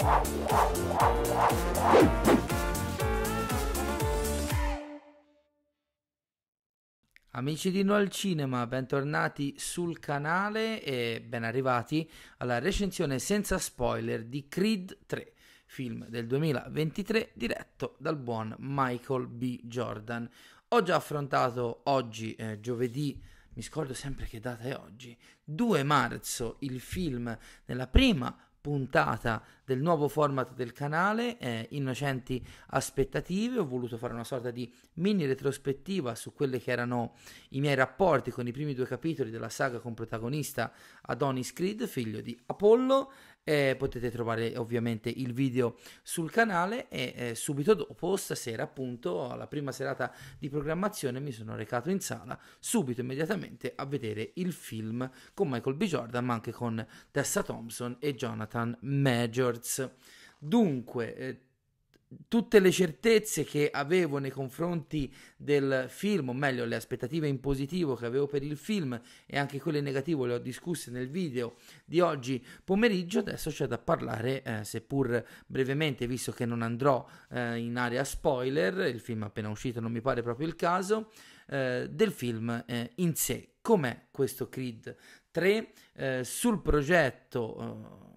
Amici di No al Cinema, bentornati sul canale e ben arrivati alla recensione senza spoiler di Creed 3, film del 2023 diretto dal buon Michael B. Jordan. Ho già affrontato oggi, giovedì, mi scordo sempre che data è oggi, 2 marzo, il film nella prima puntata del nuovo format del canale, Innocenti Aspettative. Ho voluto fare una sorta di mini retrospettiva su quelli che erano i miei rapporti con i primi 2 capitoli della saga con protagonista Adonis Creed, figlio di Apollo. Potete trovare ovviamente il video sul canale e subito dopo, stasera appunto, alla prima serata di programmazione, mi sono recato in sala subito immediatamente a vedere il film con Michael B. Jordan, ma anche con Tessa Thompson e Jonathan Majors. Dunque, tutte le certezze che avevo nei confronti del film, o meglio le aspettative in positivo che avevo per il film e anche quelle in negativo, le ho discusse nel video di oggi pomeriggio. Adesso c'è da parlare, seppur brevemente, visto che non andrò in area spoiler, il film è appena uscito, non mi pare proprio il caso, del film in sé. Com'è questo Creed 3? Sul progetto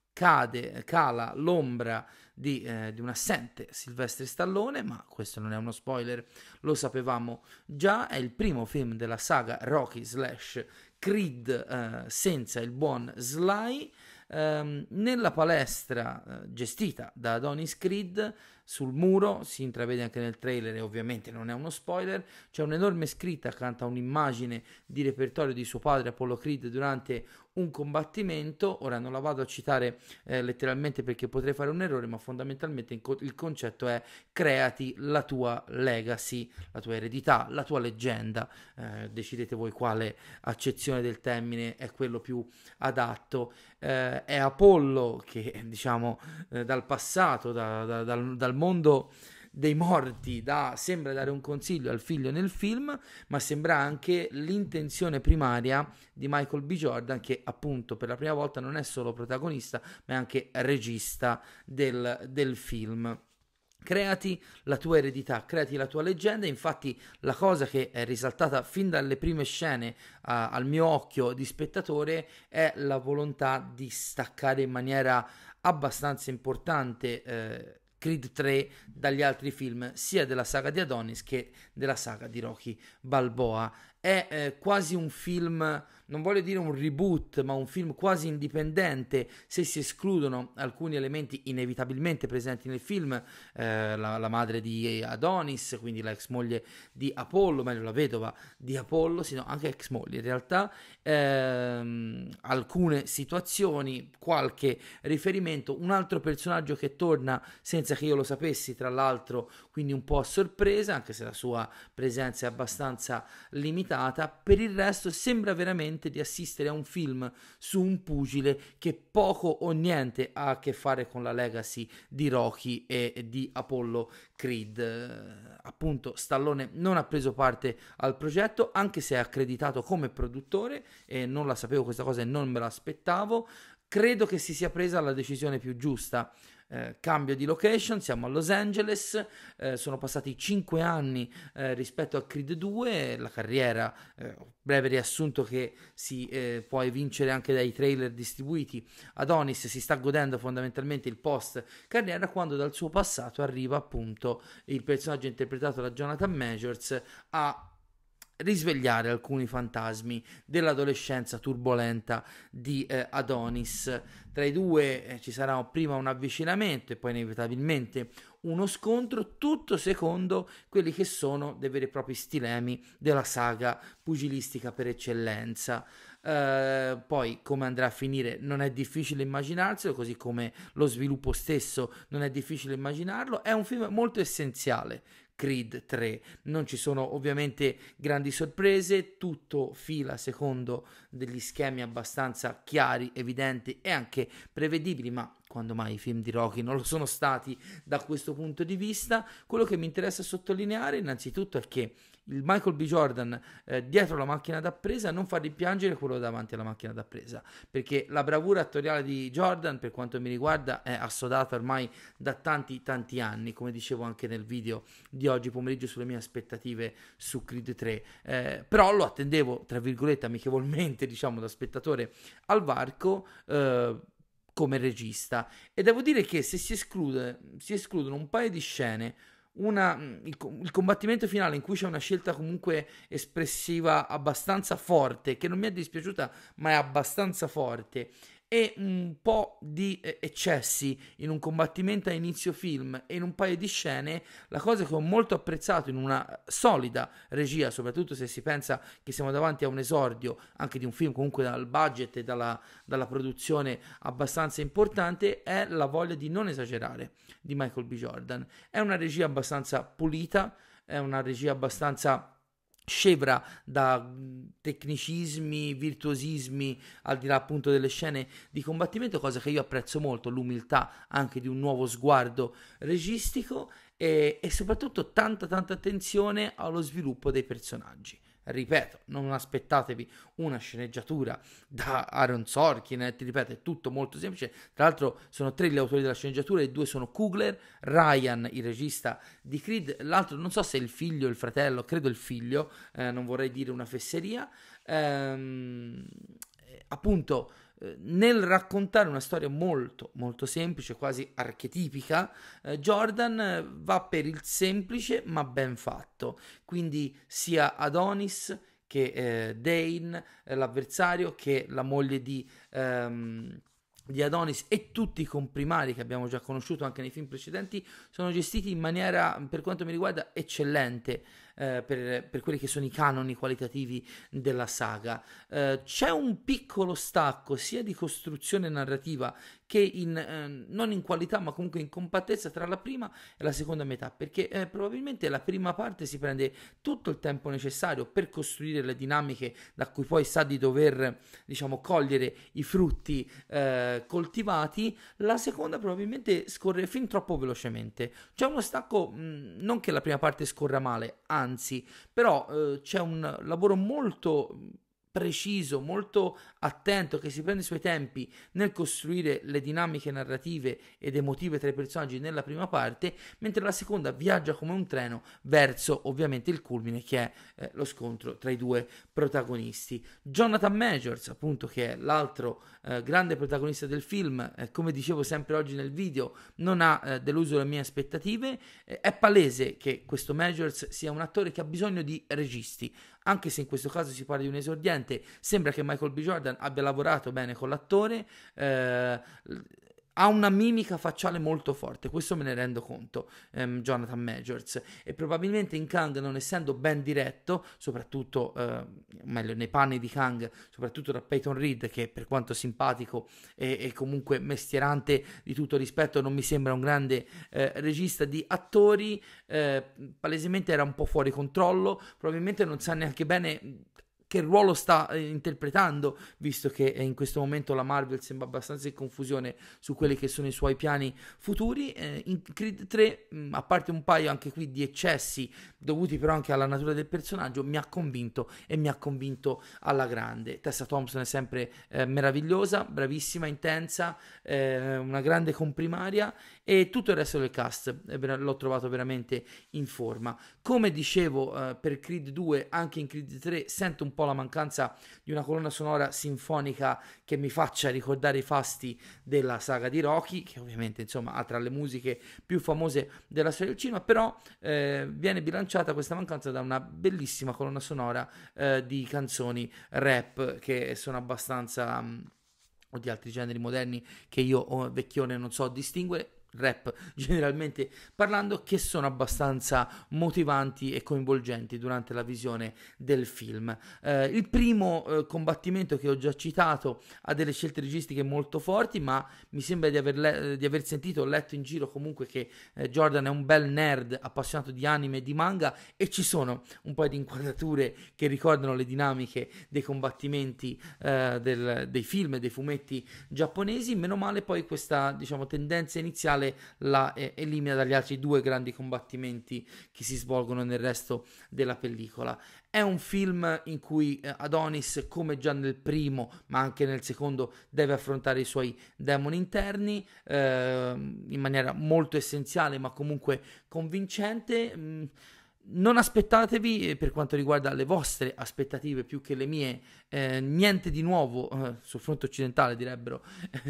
cala l'ombra di un assente Sylvester Stallone, ma questo non è uno spoiler, lo sapevamo già. È il primo film della saga Rocky / Creed senza il buon Sly. Nella palestra gestita da Adonis Creed, sul muro, si intravede anche nel trailer e ovviamente non è uno spoiler, c'è un'enorme scritta accanto a un'immagine di repertorio di suo padre Apollo Creed durante un combattimento. Ora non la vado a citare letteralmente perché potrei fare un errore, ma fondamentalmente il concetto è: creati la tua legacy, la tua eredità, la tua leggenda. Decidete voi quale accezione del termine è quello più adatto. È Apollo che, diciamo, dal passato, dal mondo dei morti, sembra dare un consiglio al figlio nel film, ma sembra anche l'intenzione primaria di Michael B. Jordan, che appunto per la prima volta non è solo protagonista ma è anche regista del film. Creati la tua eredità, creati la tua leggenda. Infatti la cosa che è risaltata fin dalle prime scene al mio occhio di spettatore è la volontà di staccare in maniera abbastanza importante Creed 3 dagli altri film, sia della saga di Adonis che della saga di Rocky Balboa. È quasi un film, non voglio dire un reboot, ma un film quasi indipendente, se si escludono alcuni elementi inevitabilmente presenti nel film. La madre di Adonis, quindi la ex moglie di Apollo, meglio la vedova di Apollo, sino anche ex moglie in realtà, alcune situazioni, qualche riferimento, un altro personaggio che torna senza che io lo sapessi, tra l'altro, quindi un po' a sorpresa, anche se la sua presenza è abbastanza limitata. Per il resto sembra veramente di assistere a un film su un pugile che poco o niente ha a che fare con la legacy di Rocky e di Apollo Creed. Appunto, Stallone non ha preso parte al progetto, anche se è accreditato come produttore, e non la sapevo questa cosa e non me l'aspettavo. Credo che si sia presa la decisione più giusta. Cambio di location, siamo a Los Angeles, sono passati 5 anni rispetto a Creed 2, la carriera, breve riassunto che si può evincere anche dai trailer distribuiti. Adonis si sta godendo fondamentalmente il post carriera, quando dal suo passato arriva appunto il personaggio interpretato da Jonathan Majors a risvegliare alcuni fantasmi dell'adolescenza turbolenta di Adonis. Tra i due ci sarà prima un avvicinamento e poi inevitabilmente uno scontro, tutto secondo quelli che sono dei veri e propri stilemi della saga pugilistica per eccellenza. Poi come andrà a finire non è difficile immaginarselo, così come lo sviluppo stesso non è difficile immaginarlo. È un film molto essenziale, Creed 3, non ci sono ovviamente grandi sorprese, tutto fila secondo degli schemi abbastanza chiari, evidenti e anche prevedibili, ma quando mai i film di Rocky non lo sono stati da questo punto di vista. Quello che mi interessa sottolineare innanzitutto è che il Michael B. Jordan dietro la macchina da presa non fa rimpiangere quello davanti alla macchina da presa, perché la bravura attoriale di Jordan, per quanto mi riguarda, è assodata ormai da tanti anni, come dicevo anche nel video di oggi pomeriggio sulle mie aspettative su Creed 3, però lo attendevo, tra virgolette, amichevolmente, diciamo, da spettatore al varco, come regista, e devo dire che se si escludono un paio di scene, il combattimento finale in cui c'è una scelta comunque espressiva abbastanza forte, che non mi è dispiaciuta ma è abbastanza forte, e un po' di eccessi in un combattimento a inizio film e in un paio di scene, la cosa che ho molto apprezzato in una solida regia, soprattutto se si pensa che siamo davanti a un esordio anche di un film comunque dal budget e dalla produzione abbastanza importante, è la voglia di non esagerare di Michael B. Jordan. È una regia abbastanza pulita, è una regia abbastanza scevra da tecnicismi, virtuosismi, al di là appunto delle scene di combattimento, cosa che io apprezzo molto, l'umiltà anche di un nuovo sguardo registico, e soprattutto tanta attenzione allo sviluppo dei personaggi. Ripeto, non aspettatevi una sceneggiatura da Aaron Sorkin, ti ripeto, è tutto molto semplice. Tra l'altro sono 3 gli autori della sceneggiatura e 2 sono Coogler, Ryan, il regista di Creed, l'altro non so se è il figlio o il fratello, credo il figlio, non vorrei dire una fesseria, appunto, nel raccontare una storia molto semplice, quasi archetipica, Jordan va per il semplice ma ben fatto, quindi sia Adonis che Dane, l'avversario, che la moglie di Adonis e tutti i comprimari che abbiamo già conosciuto anche nei film precedenti sono gestiti in maniera, per quanto mi riguarda, eccellente, per quelli che sono i canoni qualitativi della saga. C'è un piccolo stacco sia di costruzione narrativa che non in qualità ma comunque in compattezza tra la prima e la seconda metà, perché probabilmente la prima parte si prende tutto il tempo necessario per costruire le dinamiche da cui poi sa di dover, diciamo, cogliere i frutti coltivati. La seconda probabilmente scorre fin troppo velocemente. C'è uno stacco, non che la prima parte scorra male, anzi, però c'è un lavoro molto preciso, molto attento, che si prende i suoi tempi nel costruire le dinamiche narrative ed emotive tra i personaggi nella prima parte, mentre la seconda viaggia come un treno verso ovviamente il culmine, che è lo scontro tra i 2 protagonisti. Jonathan Majors, appunto, che è l'altro grande protagonista del film, come dicevo sempre oggi nel video, non ha deluso le mie aspettative. È palese che questo Majors sia un attore che ha bisogno di registi, anche se in questo caso si parla di un esordiente. Sembra che Michael B. Jordan abbia lavorato bene con l'attore, ha una mimica facciale molto forte, questo me ne rendo conto, Jonathan Majors, e probabilmente in Kang, non essendo ben diretto, soprattutto, meglio nei panni di Kang, soprattutto da Peyton Reed, che per quanto simpatico e comunque mestierante di tutto rispetto, non mi sembra un grande regista di attori, palesemente era un po' fuori controllo, probabilmente non sa neanche bene che ruolo sta interpretando, visto che in questo momento la Marvel sembra abbastanza in confusione su quelli che sono i suoi piani futuri. In Creed 3, a parte un paio anche qui di eccessi dovuti però anche alla natura del personaggio, mi ha convinto, e mi ha convinto alla grande. Tessa Thompson è sempre meravigliosa, bravissima, intensa, una grande comprimaria, e tutto il resto del cast l'ho trovato veramente in forma. Come dicevo, per Creed 2, anche in Creed 3 sento un po' la mancanza di una colonna sonora sinfonica che mi faccia ricordare i fasti della saga di Rocky, che ovviamente insomma ha tra le musiche più famose della storia del cinema, però viene bilanciata questa mancanza da una bellissima colonna sonora di canzoni rap che sono abbastanza o di altri generi moderni che io vecchione non so distinguere. rap generalmente parlando, che sono abbastanza motivanti e coinvolgenti durante la visione del film. Il primo combattimento che ho già citato ha delle scelte registiche molto forti, ma mi sembra di aver sentito o letto in giro comunque che Jordan è un bel nerd appassionato di anime e di manga, e ci sono un po' di inquadrature che ricordano le dinamiche dei combattimenti dei film e dei fumetti giapponesi. Meno male poi questa, diciamo, tendenza iniziale la elimina dagli altri due grandi combattimenti che si svolgono nel resto della pellicola. È un film in cui Adonis, come già nel primo ma anche nel secondo, deve affrontare i suoi demoni interni in maniera molto essenziale ma comunque convincente. Non aspettatevi, per quanto riguarda le vostre aspettative più che le mie, niente di nuovo sul fronte occidentale, direbbero,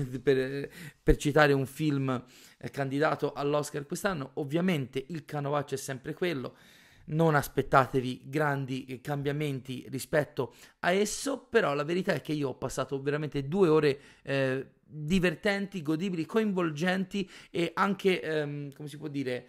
per citare un film candidato all'Oscar quest'anno. Ovviamente il canovaccio è sempre quello, non aspettatevi grandi cambiamenti rispetto a esso, però la verità è che io ho passato veramente 2 ore divertenti, godibili, coinvolgenti e anche, come si può dire,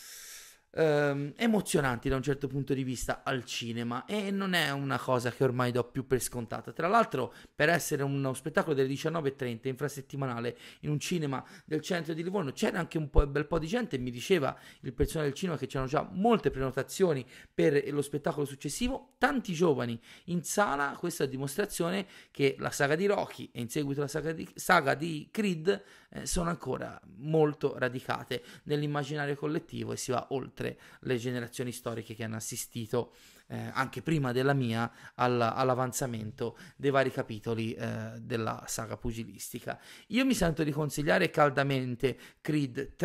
emozionanti da un certo punto di vista al cinema, e non è una cosa che ormai do più per scontata. Tra l'altro, per essere uno spettacolo delle 19:30 infrasettimanale in un cinema del centro di Livorno, c'era anche un bel po' di gente, e mi diceva il personale del cinema che c'erano già molte prenotazioni per lo spettacolo successivo, tanti giovani in sala. Questa è dimostrazione che la saga di Rocky e in seguito la saga di Creed sono ancora molto radicate nell'immaginario collettivo, e si va oltre le generazioni storiche che hanno assistito anche prima della mia all'avanzamento dei vari capitoli della saga pugilistica. Io mi sento di consigliare caldamente Creed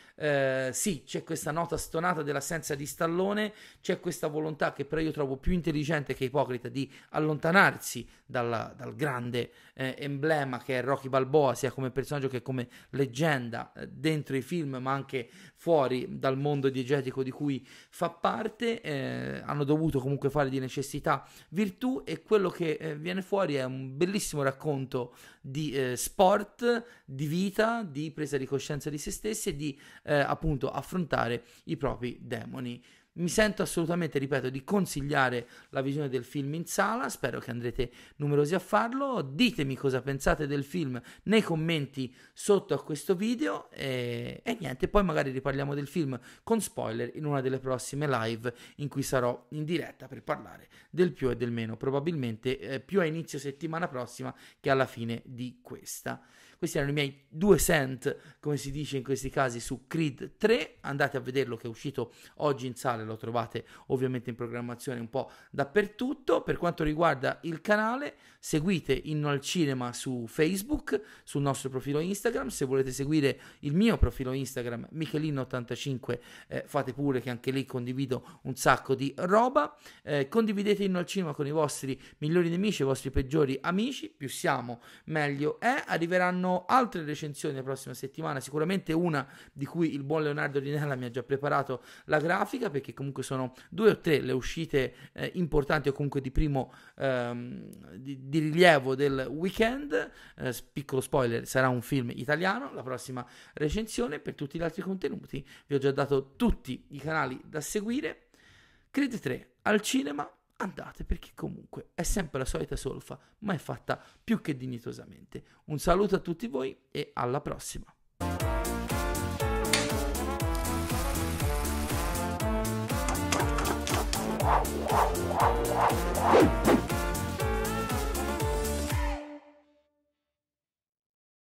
3. Sì, c'è questa nota stonata dell'assenza di Stallone, c'è questa volontà che però io trovo più intelligente che ipocrita di allontanarsi dal grande emblema che è Rocky Balboa, sia come personaggio che come leggenda dentro i film ma anche fuori dal mondo diegetico di cui fa parte. Hanno dovuto comunque fare di necessità virtù, e quello che viene fuori è un bellissimo racconto di sport, di vita, di presa di coscienza di se stessi e di appunto affrontare i propri demoni. Mi sento assolutamente, ripeto, di consigliare la visione del film in sala, spero che andrete numerosi a farlo. Ditemi cosa pensate del film nei commenti sotto a questo video, e niente, poi magari riparliamo del film con spoiler in una delle prossime live in cui sarò in diretta per parlare del più e del meno, probabilmente più a inizio settimana prossima che alla fine di questa. Questi erano i miei 2 cent, come si dice in questi casi, su Creed 3. Andate a vederlo, che è uscito oggi in sala, lo trovate ovviamente in programmazione un po' dappertutto. Per quanto riguarda il canale, seguite Inno al Cinema su Facebook, sul nostro profilo Instagram. Se volete seguire il mio profilo Instagram, Michelino85, fate pure, che anche lì condivido un sacco di roba. Condividete Inno al Cinema con i vostri migliori nemici, i vostri peggiori amici, più siamo meglio è. Arriveranno altre recensioni la prossima settimana, sicuramente una di cui il buon Leonardo Rinella mi ha già preparato la grafica, perché comunque sono 2 o 3 le uscite importanti, o comunque di primo di rilievo del weekend. Piccolo spoiler, sarà un film italiano la prossima recensione. Per tutti gli altri contenuti vi ho già dato tutti i canali da seguire. Creed 3 al cinema, andate, perché comunque è sempre la solita solfa, ma è fatta più che dignitosamente. Un saluto a tutti voi e alla prossima.